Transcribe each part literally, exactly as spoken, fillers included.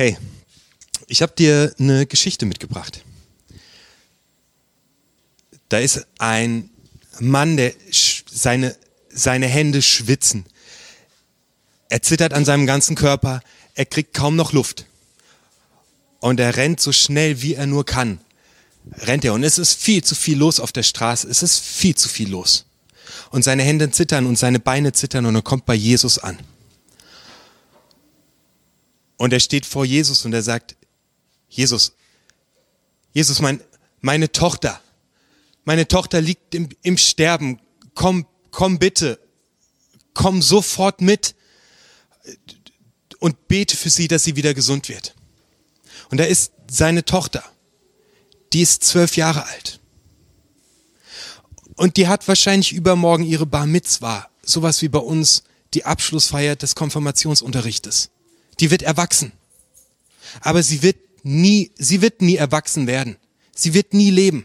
Hey, ich habe dir eine Geschichte mitgebracht. Da ist ein Mann, der sch- seine, seine Hände schwitzen. Er zittert an seinem ganzen Körper, er kriegt kaum noch Luft. Und er rennt so schnell, wie er nur kann. Rennt er. Und es ist viel zu viel los auf der Straße. Es ist viel zu viel los. Und seine Hände zittern und seine Beine zittern und er kommt bei Jesus an. Und er steht vor Jesus und er sagt, Jesus, Jesus, mein, meine Tochter, meine Tochter liegt im, im Sterben. Komm, komm bitte, komm sofort mit und bete für sie, dass sie wieder gesund wird. Und da ist seine Tochter, die ist zwölf Jahre alt. Und die hat wahrscheinlich übermorgen ihre Bar Mitzwa, sowas wie bei uns die Abschlussfeier des Konfirmationsunterrichtes. Die wird erwachsen. Aber sie wird nie, sie wird nie erwachsen werden. Sie wird nie leben.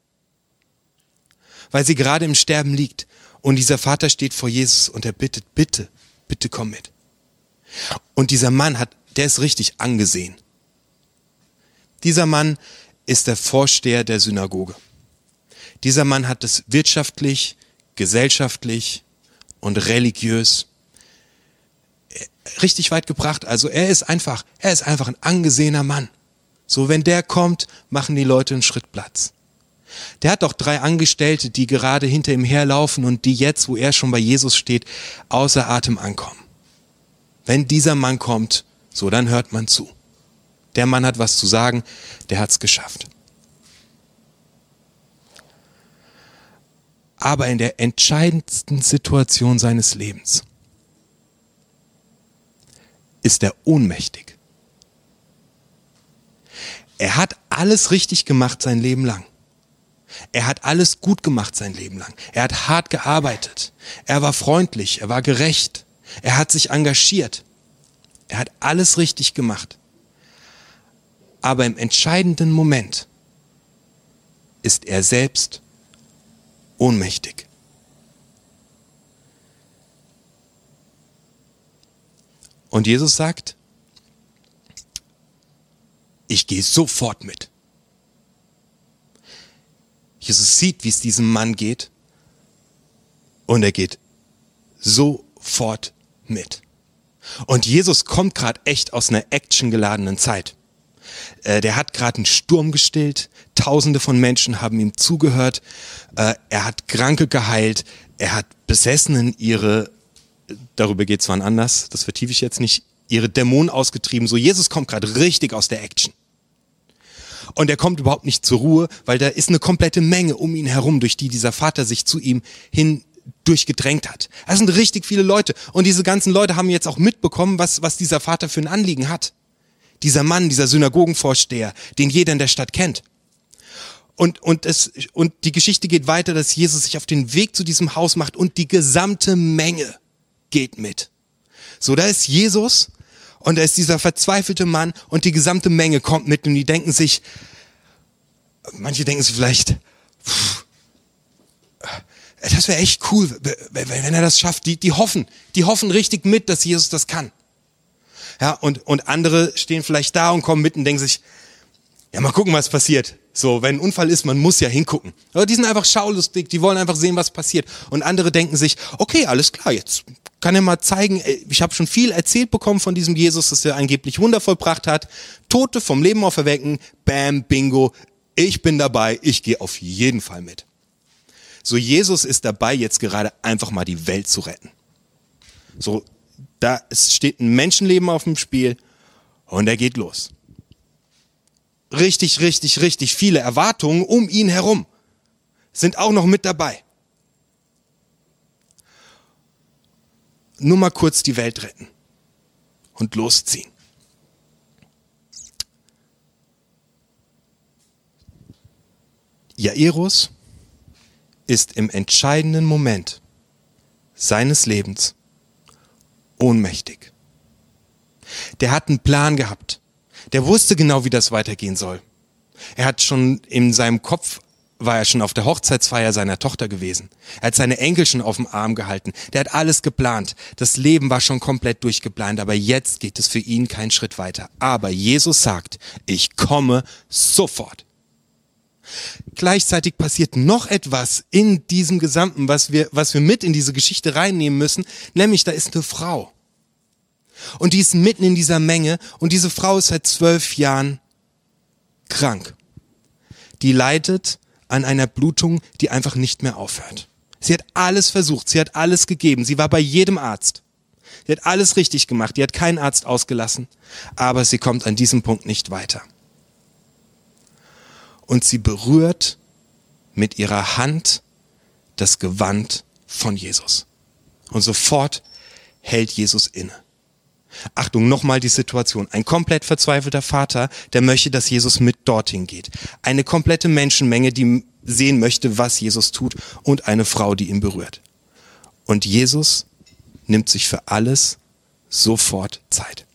Weil sie gerade im Sterben liegt. Und dieser Vater steht vor Jesus und er bittet, bitte, bitte komm mit. Und dieser Mann hat, der ist richtig angesehen. Dieser Mann ist der Vorsteher der Synagoge. Dieser Mann hat es wirtschaftlich, gesellschaftlich und religiös richtig weit gebracht. Also er ist einfach, er ist einfach ein angesehener Mann. So, wenn der kommt, machen die Leute einen Schritt Platz. Der hat doch drei Angestellte, die gerade hinter ihm herlaufen und die jetzt, wo er schon bei Jesus steht, außer Atem ankommen. Wenn dieser Mann kommt, so, dann hört man zu. Der Mann hat was zu sagen, der hat's geschafft. Aber in der entscheidendsten Situation seines Lebens ist er ohnmächtig. Er hat alles richtig gemacht sein Leben lang. Er hat alles gut gemacht sein Leben lang. Er hat hart gearbeitet. Er war freundlich, er war gerecht. Er hat sich engagiert. Er hat alles richtig gemacht. Aber im entscheidenden Moment ist er selbst ohnmächtig. Und Jesus sagt, ich gehe sofort mit. Jesus sieht, wie es diesem Mann geht und er geht sofort mit. Und Jesus kommt gerade echt aus einer actiongeladenen Zeit. Äh, der hat gerade einen Sturm gestillt, Tausende von Menschen haben ihm zugehört, äh, er hat Kranke geheilt, er hat Besessenen ihre, darüber geht es wann anders, das vertiefe ich jetzt nicht, ihre Dämonen ausgetrieben. So, Jesus kommt gerade richtig aus der Action. Und er kommt überhaupt nicht zur Ruhe, weil da ist eine komplette Menge um ihn herum, durch die dieser Vater sich zu ihm hin durchgedrängt hat. Das sind richtig viele Leute. Und diese ganzen Leute haben jetzt auch mitbekommen, was, was dieser Vater für ein Anliegen hat. Dieser Mann, dieser Synagogenvorsteher, den jeder in der Stadt kennt. Und, und, es, und die Geschichte geht weiter, dass Jesus sich auf den Weg zu diesem Haus macht und die gesamte Menge geht mit. So, da ist Jesus und da ist dieser verzweifelte Mann und die gesamte Menge kommt mit und die denken sich, manche denken sich vielleicht, pff, das wäre echt cool, wenn er das schafft. Die, die hoffen, die hoffen richtig mit, dass Jesus das kann. Ja, und, und andere stehen vielleicht da und kommen mit und denken sich, ja, mal gucken, was passiert. So, wenn ein Unfall ist, man muss ja hingucken. Aber die sind einfach schaulustig, die wollen einfach sehen, was passiert. Und andere denken sich, okay, alles klar, jetzt kann er mal zeigen, ich habe schon viel erzählt bekommen von diesem Jesus, dass er angeblich Wunder vollbracht hat. Tote vom Leben auferwecken, bam, bingo, ich bin dabei, ich gehe auf jeden Fall mit. So, Jesus ist dabei, jetzt gerade einfach mal die Welt zu retten. So, da es steht ein Menschenleben auf dem Spiel und er geht los. Richtig, richtig, richtig viele Erwartungen um ihn herum sind auch noch mit dabei. Nur mal kurz die Welt retten und losziehen. Jairus ist im entscheidenden Moment seines Lebens ohnmächtig. Der hat einen Plan gehabt. Der wusste genau, wie das weitergehen soll. Er hat schon in seinem Kopf war er schon auf der Hochzeitsfeier seiner Tochter gewesen. Er hat seine Enkel schon auf dem Arm gehalten. Der hat alles geplant. Das Leben war schon komplett durchgeplant, aber jetzt geht es für ihn keinen Schritt weiter. Aber Jesus sagt, ich komme sofort. Gleichzeitig passiert noch etwas in diesem Gesamten, was wir, was wir mit in diese Geschichte reinnehmen müssen, nämlich da ist eine Frau. Und die ist mitten in dieser Menge und diese Frau ist seit zwölf Jahren krank. Die leidet an einer Blutung, die einfach nicht mehr aufhört. Sie hat alles versucht, sie hat alles gegeben, sie war bei jedem Arzt. Sie hat alles richtig gemacht, die hat keinen Arzt ausgelassen, aber sie kommt an diesem Punkt nicht weiter. Und sie berührt mit ihrer Hand das Gewand von Jesus. Und sofort hält Jesus inne. Achtung, nochmal die Situation. Ein komplett verzweifelter Vater, der möchte, dass Jesus mit dorthin geht. Eine komplette Menschenmenge, die sehen möchte, was Jesus tut. Und eine Frau, die ihn berührt. Und Jesus nimmt sich für alles sofort Zeit.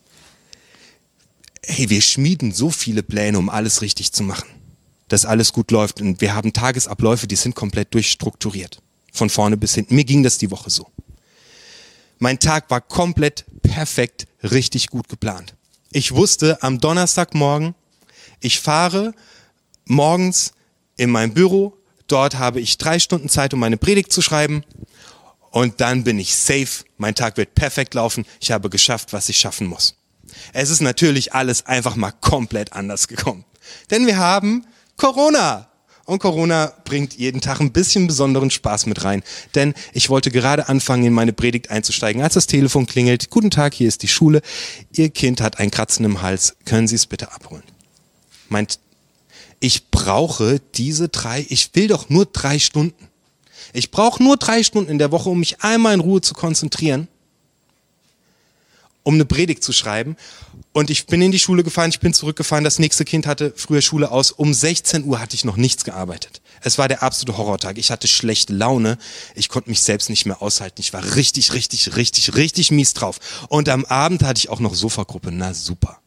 Hey, wir schmieden so viele Pläne, um alles richtig zu machen. Dass alles gut läuft. Und wir haben Tagesabläufe, die sind komplett durchstrukturiert. Von vorne bis hinten. Mir ging das die Woche so. Mein Tag war komplett perfekt, richtig gut geplant. Ich wusste am Donnerstagmorgen, ich fahre morgens in mein Büro, dort habe ich drei Stunden Zeit, um meine Predigt zu schreiben und dann bin ich safe, mein Tag wird perfekt laufen, ich habe geschafft, was ich schaffen muss. Es ist natürlich alles einfach mal komplett anders gekommen, denn wir haben Corona. Und Corona bringt jeden Tag ein bisschen besonderen Spaß mit rein. Denn ich wollte gerade anfangen, in meine Predigt einzusteigen, als das Telefon klingelt. Guten Tag, hier ist die Schule. Ihr Kind hat ein Kratzen im Hals. Können Sie es bitte abholen? Meint, ich brauche diese drei, ich will doch nur drei Stunden. Ich brauche nur drei Stunden in der Woche, um mich einmal in Ruhe zu konzentrieren, um eine Predigt zu schreiben. Und ich bin in die Schule gefahren, ich bin zurückgefahren, das nächste Kind hatte früher Schule aus. Um sechzehn Uhr hatte ich noch nichts gearbeitet. Es war der absolute Horrortag. Ich hatte schlechte Laune, ich konnte mich selbst nicht mehr aushalten. Ich war richtig, richtig, richtig, richtig mies drauf. Und am Abend hatte ich auch noch Sofagruppe, na super.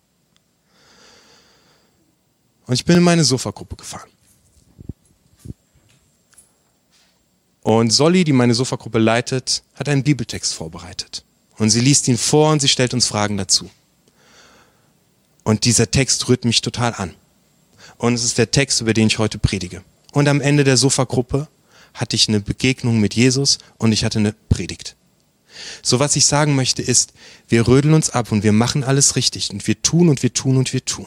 Und ich bin in meine Sofagruppe gefahren. Und Solly, die meine Sofagruppe leitet, hat einen Bibeltext vorbereitet. Und sie liest ihn vor und sie stellt uns Fragen dazu. Und dieser Text rührt mich total an. Und es ist der Text, über den ich heute predige. Und am Ende der Sofagruppe hatte ich eine Begegnung mit Jesus und ich hatte eine Predigt. So, was ich sagen möchte ist, wir rödeln uns ab und wir machen alles richtig und wir tun und wir tun und wir tun.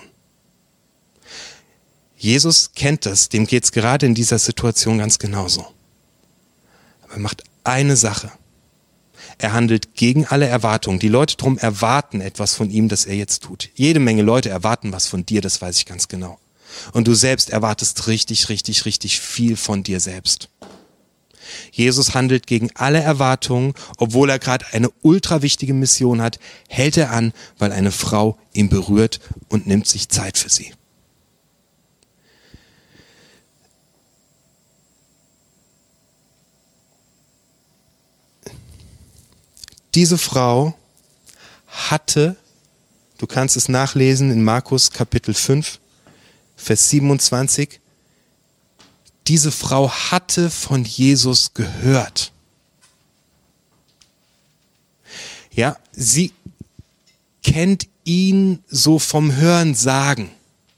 Jesus kennt das, dem geht's gerade in dieser Situation ganz genauso. Aber er macht eine Sache. Er handelt gegen alle Erwartungen. Die Leute drum erwarten etwas von ihm, das er jetzt tut. Jede Menge Leute erwarten was von dir, das weiß ich ganz genau. Und du selbst erwartest richtig, richtig, richtig viel von dir selbst. Jesus handelt gegen alle Erwartungen, obwohl er gerade eine ultra wichtige Mission hat, hält er an, weil eine Frau ihn berührt und nimmt sich Zeit für sie. Diese Frau hatte, du kannst es nachlesen in Markus Kapitel fünf, Vers siebenundzwanzig, diese Frau hatte von Jesus gehört. Ja, sie kennt ihn so vom Hören sagen.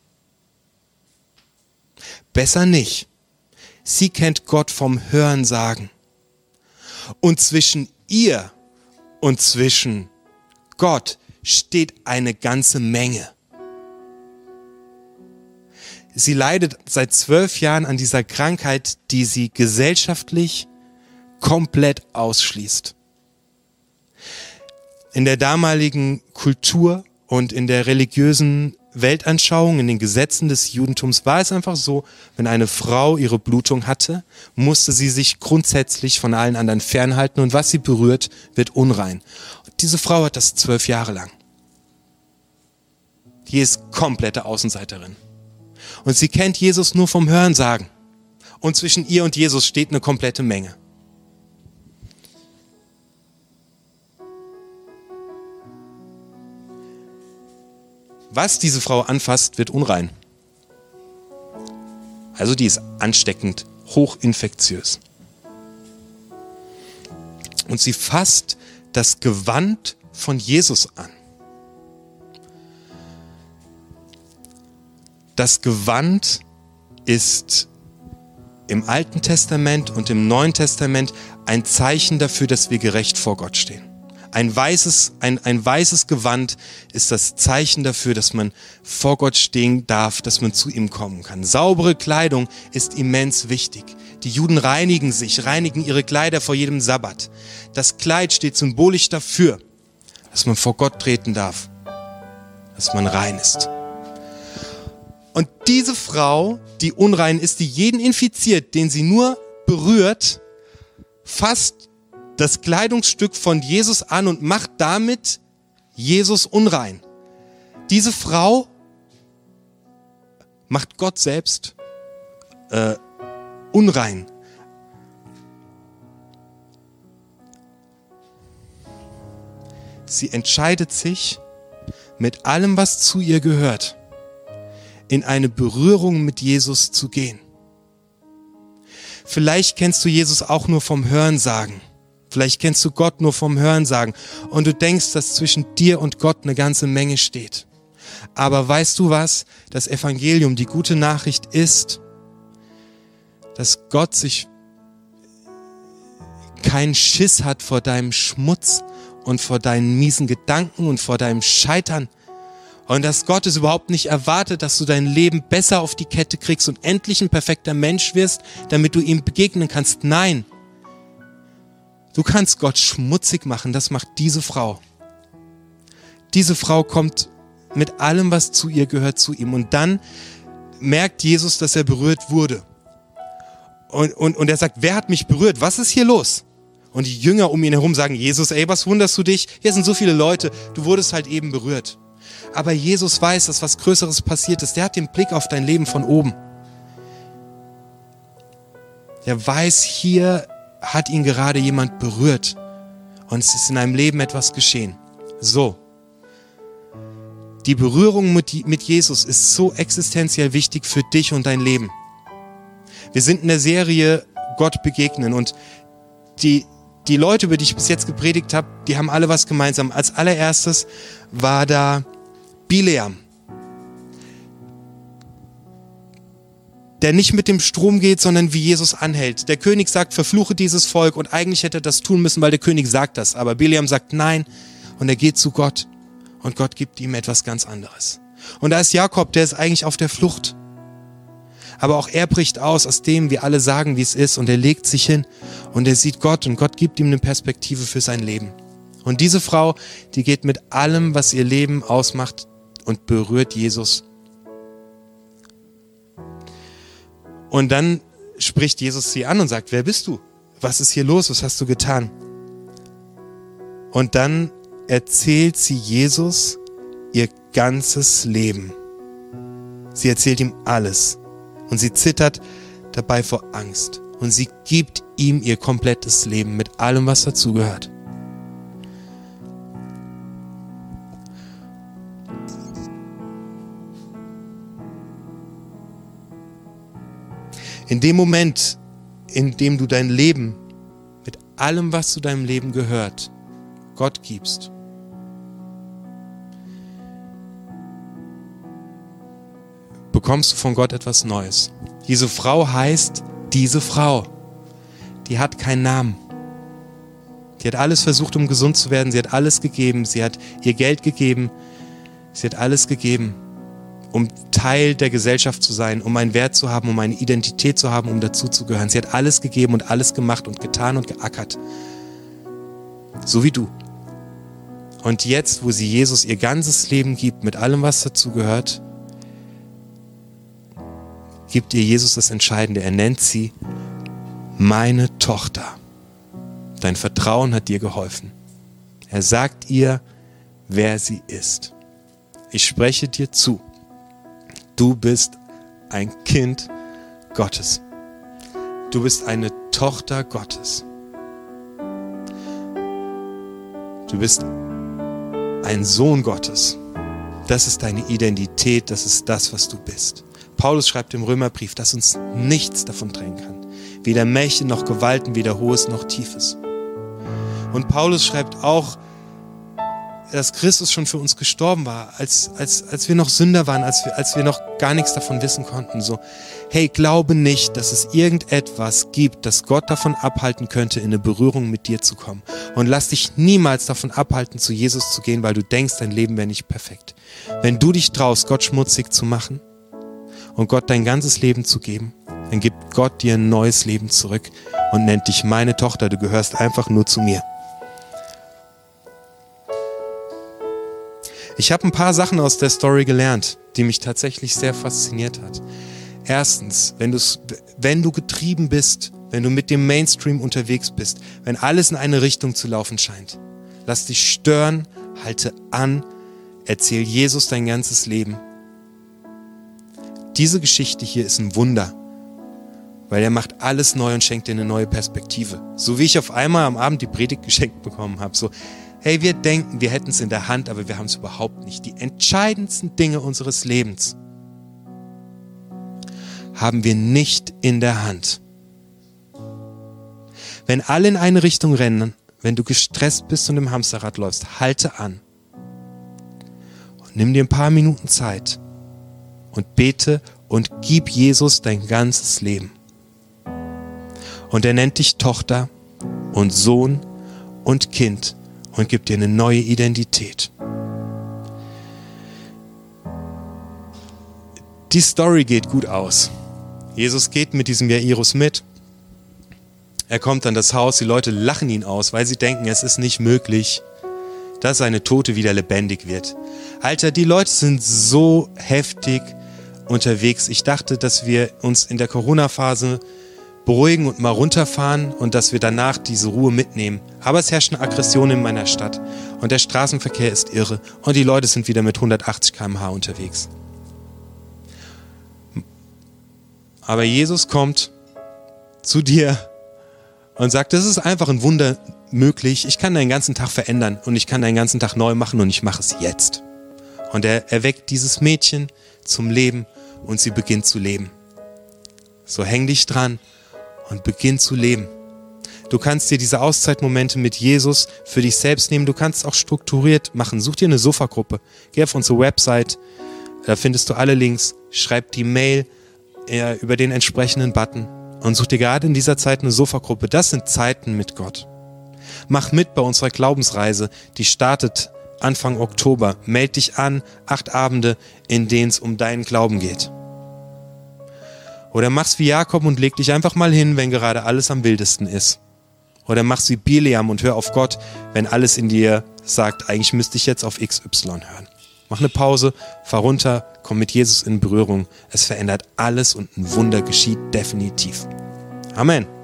Besser nicht. Sie kennt Gott vom Hören sagen. Und zwischen ihr und zwischen Gott steht eine ganze Menge. Sie leidet seit zwölf Jahren an dieser Krankheit, die sie gesellschaftlich komplett ausschließt. In der damaligen Kultur und in der religiösen Weltanschauung, in den Gesetzen des Judentums war es einfach so, wenn eine Frau ihre Blutung hatte, musste sie sich grundsätzlich von allen anderen fernhalten und was sie berührt, wird unrein. Und diese Frau hat das zwölf Jahre lang. Die ist komplette Außenseiterin. Und sie kennt Jesus nur vom Hörensagen. Und zwischen ihr und Jesus steht eine komplette Menge. Was diese Frau anfasst, wird unrein. Also die ist ansteckend, hochinfektiös. Und sie fasst das Gewand von Jesus an. Das Gewand ist im Alten Testament und im Neuen Testament ein Zeichen dafür, dass wir gerecht vor Gott stehen. Ein weißes, ein, ein weißes Gewand ist das Zeichen dafür, dass man vor Gott stehen darf, dass man zu ihm kommen kann. Saubere Kleidung ist immens wichtig. Die Juden reinigen sich, reinigen ihre Kleider vor jedem Sabbat. Das Kleid steht symbolisch dafür, dass man vor Gott treten darf, dass man rein ist. Und diese Frau, die unrein ist, die jeden infiziert, den sie nur berührt, fasst das Kleidungsstück von Jesus an und macht damit Jesus unrein. Diese Frau macht Gott selbst äh, unrein. Sie entscheidet sich, mit allem, was zu ihr gehört, in eine Berührung mit Jesus zu gehen. Vielleicht kennst du Jesus auch nur vom Hörensagen. Vielleicht kennst du Gott nur vom Hörensagen. Und du denkst, dass zwischen dir und Gott eine ganze Menge steht. Aber weißt du was? Das Evangelium, die gute Nachricht ist, dass Gott sich keinen Schiss hat vor deinem Schmutz und vor deinen miesen Gedanken und vor deinem Scheitern. Und dass Gott es überhaupt nicht erwartet, dass du dein Leben besser auf die Kette kriegst und endlich ein perfekter Mensch wirst, damit du ihm begegnen kannst. Nein, du kannst Gott schmutzig machen, das macht diese Frau. Diese Frau kommt mit allem, was zu ihr gehört, zu ihm. Und dann merkt Jesus, dass er berührt wurde. Und, und, und er sagt, wer hat mich berührt? Was ist hier los? Und die Jünger um ihn herum sagen, Jesus, ey, was wunderst du dich? Hier sind so viele Leute, du wurdest halt eben berührt. Aber Jesus weiß, dass was Größeres passiert ist. Der hat den Blick auf dein Leben von oben. Der weiß, hier hat ihn gerade jemand berührt. Und es ist in deinem Leben etwas geschehen. So. Die Berührung mit, mit Jesus ist so existenziell wichtig für dich und dein Leben. Wir sind in der Serie Gott begegnen und die, die Leute, über die ich bis jetzt gepredigt habe, die haben alle was gemeinsam. Als allererstes war da Bileam, der nicht mit dem Strom geht, sondern wie Jesus anhält. Der König sagt, verfluche dieses Volk und eigentlich hätte er das tun müssen, weil der König sagt das. Aber Bileam sagt nein und er geht zu Gott und Gott gibt ihm etwas ganz anderes. Und da ist Jakob, der ist eigentlich auf der Flucht. Aber auch er bricht aus, aus dem wir alle sagen, wie es ist und er legt sich hin und er sieht Gott und Gott gibt ihm eine Perspektive für sein Leben. Und diese Frau, die geht mit allem, was ihr Leben ausmacht, und berührt Jesus. Und dann spricht Jesus sie an und sagt, wer bist du? Was ist hier los? Was hast du getan? Und dann erzählt sie Jesus ihr ganzes Leben. Sie erzählt ihm alles. Und sie zittert dabei vor Angst. Und sie gibt ihm ihr komplettes Leben mit allem, was dazugehört. In dem Moment, in dem du dein Leben mit allem, was zu deinem Leben gehört, Gott gibst, bekommst du von Gott etwas Neues. Diese Frau heißt diese Frau. Die hat keinen Namen. Die hat alles versucht, um gesund zu werden. Sie hat alles gegeben. Sie hat ihr Geld gegeben. Sie hat alles gegeben, um Teil der Gesellschaft zu sein, um einen Wert zu haben, um eine Identität zu haben, um dazuzugehören. Sie hat alles gegeben und alles gemacht und getan und geackert. So wie du. Und jetzt, wo sie Jesus ihr ganzes Leben gibt, mit allem, was dazugehört, gibt ihr Jesus das Entscheidende. Er nennt sie meine Tochter. Dein Vertrauen hat dir geholfen. Er sagt ihr, wer sie ist. Ich spreche dir zu. Du bist ein Kind Gottes. Du bist eine Tochter Gottes. Du bist ein Sohn Gottes. Das ist deine Identität, das ist das, was du bist. Paulus schreibt im Römerbrief, dass uns nichts davon trennen kann. Weder Mächte noch Gewalten, weder Hohes noch Tiefes. Und Paulus schreibt auch, dass Christus schon für uns gestorben war, als, als, als wir noch Sünder waren, als wir, als wir noch gar nichts davon wissen konnten. So, hey, glaube nicht, dass es irgendetwas gibt, das Gott davon abhalten könnte, in eine Berührung mit dir zu kommen. Und lass dich niemals davon abhalten, zu Jesus zu gehen, weil du denkst, dein Leben wäre nicht perfekt. Wenn du dich traust, Gott schmutzig zu machen und Gott dein ganzes Leben zu geben, dann gibt Gott dir ein neues Leben zurück und nennt dich meine Tochter. Du gehörst einfach nur zu mir. Ich habe ein paar Sachen aus der Story gelernt, die mich tatsächlich sehr fasziniert hat. Erstens, wenn, wenn du getrieben bist, wenn du mit dem Mainstream unterwegs bist, wenn alles in eine Richtung zu laufen scheint, lass dich stören, halte an, erzähl Jesus dein ganzes Leben. Diese Geschichte hier ist ein Wunder, weil er macht alles neu und schenkt dir eine neue Perspektive. So wie ich auf einmal am Abend die Predigt geschenkt bekommen habe, so, hey, wir denken, wir hätten es in der Hand, aber wir haben es überhaupt nicht. Die entscheidendsten Dinge unseres Lebens haben wir nicht in der Hand. Wenn alle in eine Richtung rennen, wenn du gestresst bist und im Hamsterrad läufst, halte an und nimm dir ein paar Minuten Zeit und bete und gib Jesus dein ganzes Leben. Und er nennt dich Tochter und Sohn und Kind und gibt dir eine neue Identität. Die Story geht gut aus. Jesus geht mit diesem Jairus mit. Er kommt an das Haus, die Leute lachen ihn aus, weil sie denken, es ist nicht möglich, dass eine Tote wieder lebendig wird. Alter, die Leute sind so heftig unterwegs. Ich dachte, dass wir uns in der Corona-Phase beruhigen und mal runterfahren und dass wir danach diese Ruhe mitnehmen. Aber es herrscht eine Aggression in meiner Stadt und der Straßenverkehr ist irre und die Leute sind wieder mit hundertachtzig Kilometer pro Stunde unterwegs. Aber Jesus kommt zu dir und sagt, es ist einfach ein Wunder möglich. Ich kann deinen ganzen Tag verändern und ich kann deinen ganzen Tag neu machen und ich mache es jetzt. Und er erweckt dieses Mädchen zum Leben und sie beginnt zu leben. So häng dich dran und beginn zu leben. Du kannst dir diese Auszeitmomente mit Jesus für dich selbst nehmen. Du kannst es auch strukturiert machen. Such dir eine Sofagruppe. Geh auf unsere Website. Da findest du alle Links. Schreib die Mail äh, über den entsprechenden Button und such dir gerade in dieser Zeit eine Sofagruppe. Das sind Zeiten mit Gott. Mach mit bei unserer Glaubensreise. Die startet Anfang Oktober. Meld dich an. Acht Abende, in denen es um deinen Glauben geht. Oder mach's wie Jakob und leg dich einfach mal hin, wenn gerade alles am wildesten ist. Oder mach's wie Bileam und hör auf Gott, wenn alles in dir sagt, eigentlich müsste ich jetzt auf X Y hören. Mach eine Pause, fahr runter, komm mit Jesus in Berührung. Es verändert alles und ein Wunder geschieht definitiv. Amen.